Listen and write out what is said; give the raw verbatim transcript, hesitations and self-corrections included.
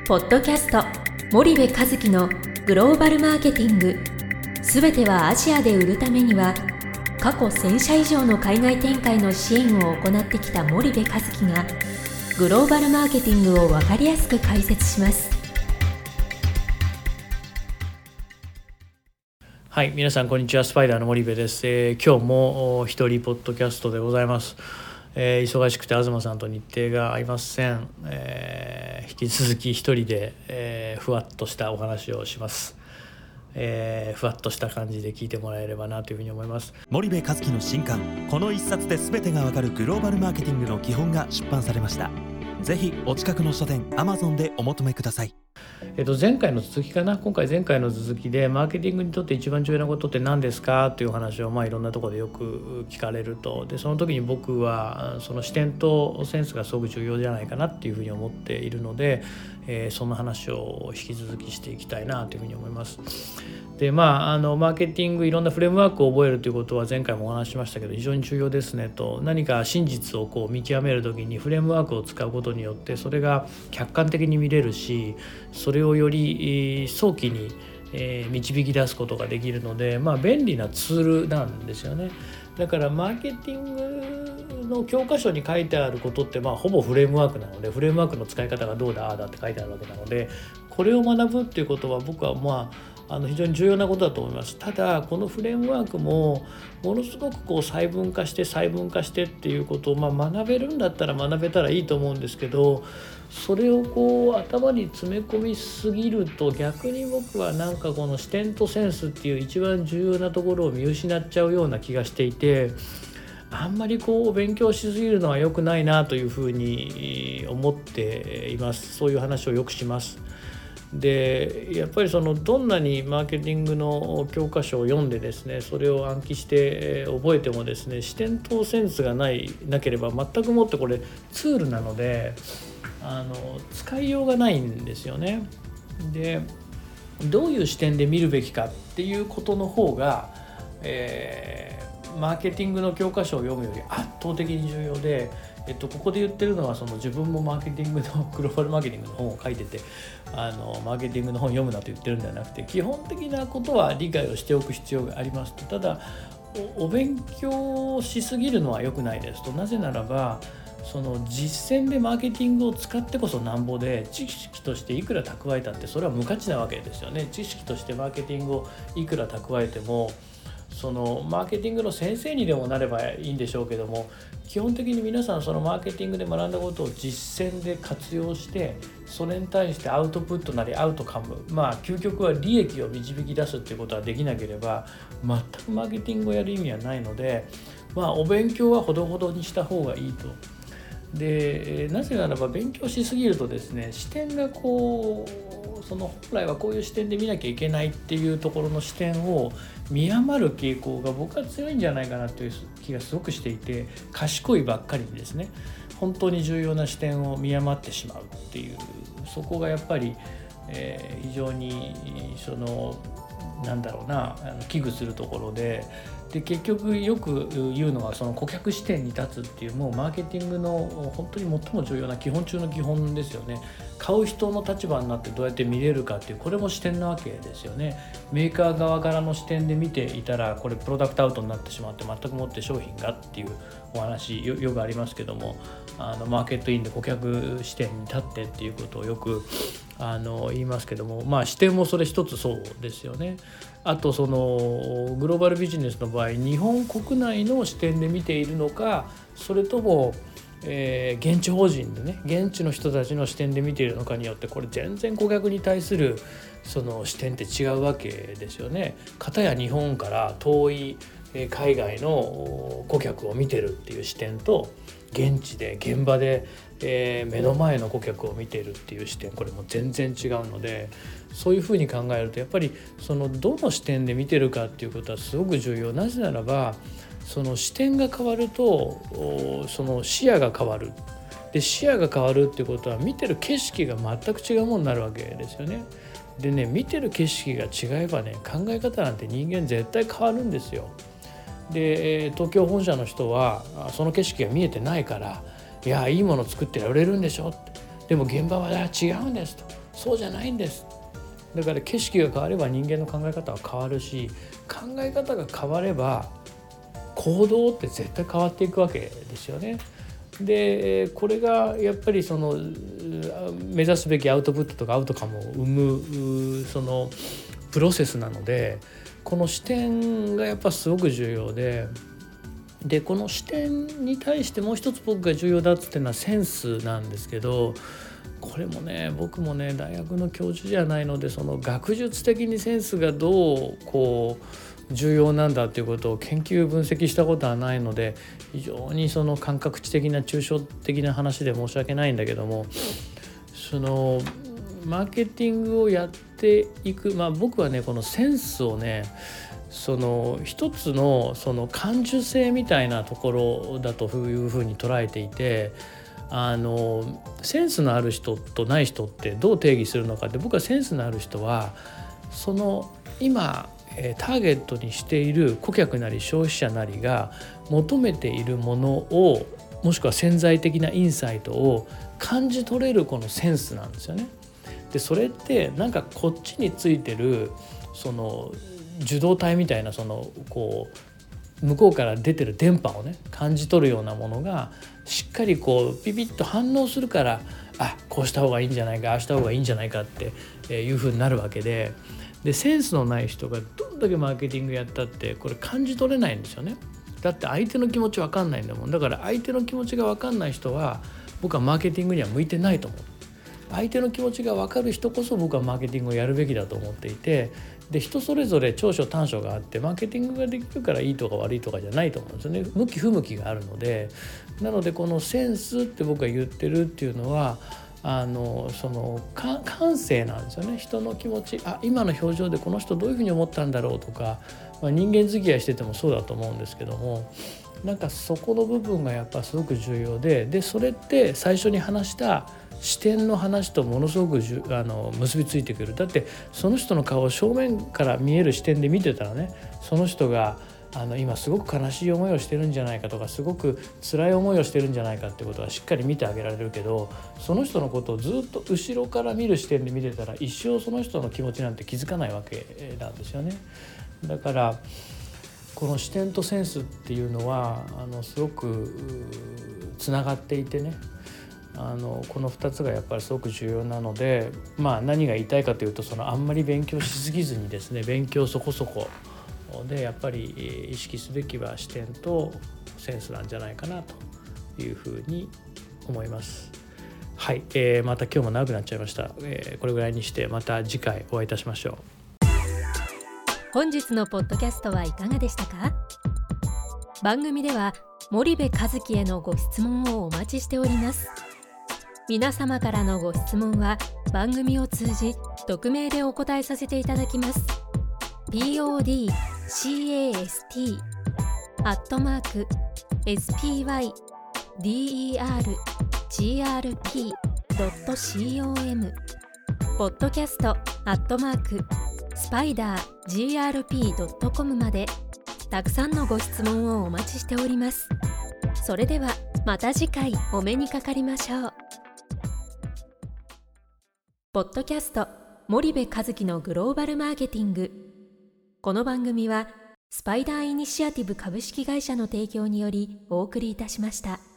ポッドキャスト森部和樹のグローバルマーケティング、すべてはアジアで売るためには、過去せん社以上の海外展開の支援を行ってきた森部和樹がグローバルマーケティングを分かりやすく解説します。 はい、皆さんこんにちは。スパイダーの森部です。えー、今日も一人ポッドキャストでございます。えー、忙しくて東さんと日程が合いません。えー、引き続き一人で、えー、ふわっとしたお話をします。えー、ふわっとした感じで聞いてもらえればなというふうに思います。 森部和樹の新刊、この一冊で全てがわかるグローバルマーケティングの基本が出版されました。ぜひお近くの書店 Amazon でお求めください。 えっと、前回の続きかな今回前回の続きで、マーケティングにとって一番重要なことって何ですかという話を、まあ、いろんなところでよく聞かれると。でその時に僕はその視点とセンスがすごく重要じゃないかなっていうふうに思っているので、えー、その話を引き続きしていきたいなというふうに思います。でまあ、あのマーケティングいろんなフレームワークを覚えるということは前回もお話ししましたけど非常に重要ですねと。何か真実をこう見極めるときにフレームワークを使うことによってそれが客観的に見れるし、それをより早期に導き出すことができるので、まあ、便利なツールなんですよね。だからマーケティングの教科書に書いてあることって、まあ、ほぼフレームワークなので、フレームワークの使い方がどうだああだって書いてあるわけなので、これを学ぶっていうことは僕はまああの非常に重要なことだと思います。ただこのフレームワークもものすごくこう細分化して細分化してっていうことを、まあ、学べるんだったら学べたらいいと思うんですけど、それをこう頭に詰め込みすぎると逆に僕はなんかこの視点とセンスっていう一番重要なところを見失っちゃうような気がしていて、あんまりこう勉強しすぎるのは良くないなというふうに思っています。そういう話をよくします。でやっぱりそのどんなにマーケティングの教科書を読んでですね、それを暗記して覚えてもですね、視点とセンスがないなければ全くもってこれツールなのであの使いようがないんですよね。でどういう視点で見るべきかっていうことの方が、えー、マーケティングの教科書を読むより圧倒的に重要で、えっと、ここで言ってるのはその自分もマーケティングのグローバルマーケティングの本を書いてて、あのマーケティングの本読むなと言ってるんではなくて、基本的なことは理解をしておく必要がありますと。ただ お, お勉強しすぎるのは良くないですと。なぜならばその実践でマーケティングを使ってこそなんぼで、知識としていくら蓄えたってそれは無価値なわけですよね。知識としてマーケティングをいくら蓄えてもそのマーケティングの先生にでもなればいいんでしょうけども、基本的に皆さんそのマーケティングで学んだことを実践で活用して、それに対してアウトプットなりアウトカム、まあ究極は利益を導き出すっていうことはできなければ全くマーケティングをやる意味はないので、まあお勉強はほどほどにした方がいいと。でなぜならば勉強しすぎるとですね、視点がこうその本来はこういう視点で見なきゃいけないっていうところの視点を見余る傾向が僕は強いんじゃないかなという気がすごくしていて、賢いばっかりにですね本当に重要な視点を見余ってしまうっていう、そこがやっぱり、えー、非常にそのなんだろうなあの危惧するところで、で結局よく言うのはその顧客視点に立つっていう、もうマーケティングの本当に最も重要な基本中の基本ですよね。買う人の立場になってどうやって見れるかっていう、これも視点なわけですよね。メーカー側からの視点で見ていたらこれプロダクトアウトになってしまって全くもって商品がっていうお話 よ, よくありますけども、あのマーケットインで顧客視点に立ってっていうことをよくあの言いますけども、まあ視点もそれ一つそうですよね。あとそのグローバルビジネスの場合、日本国内の視点で見ているのか、それとも、えー、現地法人でね現地の人たちの視点で見ているのかによって、これ全然顧客に対するその視点って違うわけですよね。片や日本から遠い海外の顧客を見てるっていう視点と、現地で現場で、えー、目の前の顧客を見ているっていう視点、これも全然違うので、そういうふうに考えるとやっぱりそのどの視点で見てるかっていうことはすごく重要。なぜならばその視点が変わるとその視野が変わる。で視野が変わるっていうことは見てる景色が全く違うものになるわけですよね。でね見てる景色が違えばね考え方なんて人間絶対変わるんですよ。で東京本社の人はその景色が見えてないから、いやいいもの作って売れるんでしょって、でも現場は違うんですと、 そうじゃないんです。だから景色が変われば人間の考え方は変わるし、考え方が変われば行動って絶対変わっていくわけですよね。でこれがやっぱりその目指すべきアウトプットとかアウトカムを生むそのプロセスなので、この視点がやっぱすごく重要で、でこの視点に対してもう一つ僕が重要だっつってるのはセンスなんですけど、これもね僕もね大学の教授じゃないので、その学術的にセンスがどうこう重要なんだということを研究分析したことはないので、非常にその感覚値的な抽象的な話で申し訳ないんだけども、そのマーケティングをやっていく、まあ僕はねこのセンスをねその一つのその感受性みたいなところだというふうに捉えていて、あのセンスのある人とない人ってどう定義するのかって、僕はセンスのある人はその今ターゲットにしている顧客なり消費者なりが求めているものを、もしくは潜在的なインサイトを感じ取れるこのセンスなんですよね。でそれってなんかこっちについてるその受動体みたいな、そのこう向こうから出てる電波をね感じ取るようなものがしっかりこうピピッと反応するから、あこうした方がいいんじゃないか、ああした方がいいんじゃないかっていうふうになるわけで、でセンスのない人がどんだけマーケティングやったってこれ感じ取れないんですよね。だって相手の気持ち分かんないんだもん。だから相手の気持ちが分かんない人は僕はマーケティングには向いてないと思う。相手の気持ちが分かる人こそ僕はマーケティングをやるべきだと思っていて、で人それぞれ長所短所があって、マーケティングができるからいいとか悪いとかじゃないと思うんですよね。向き不向きがあるので、なのでこのセンスって僕が言ってるっていうのはあのその感性なんですよね。人の気持ち、あ今の表情でこの人どういうふうに思ったんだろうとか、まあ、人間付き合いしててもそうだと思うんですけども、なんかそこの部分がやっぱすごく重要で、でそれって最初に話した視点の話とものすごくじゅあの結びついてくる。だってその人の顔を正面から見える視点で見てたらね、その人があの今すごく悲しい思いをしてるんじゃないかとか、すごく辛い思いをしてるんじゃないかってことはしっかり見てあげられるけど、その人のことをずっと後ろから見る視点で見てたら一生その人の気持ちなんて気づかないわけなんですよね。だからこの視点とセンスっていうのはあのすごくつながっていてね、あのこのふたつがやっぱりすごく重要なので、まあ何が言いたいかというと、そのあんまり勉強しすぎずにですね、勉強そこそこでやっぱり意識すべきは視点とセンスなんじゃないかなというふうに思います。はい、えー、また今日も長くなっちゃいました、えー、これぐらいにしてまた次回お会いいたしましょう。 本日のポッドキャストはいかがでしたか？番組では森部一樹へのご質問をお待ちしております。皆様からのご質問は番組を通じ匿名でお答えさせていただきます。ピーオーディーキャスト アットマーク エスピーワイディーイーアールジーアールピー ドット コム ポッドキャストアットマークスパイダー ジーアールピー ドット コム までたくさんのご質問をお待ちしております。それではまた次回お目にかかりましょう。ポッドキャスト森部一樹のグローバルマーケティング。この番組はスパイダーイニシアティブ株式会社の提供によりお送りいたしました。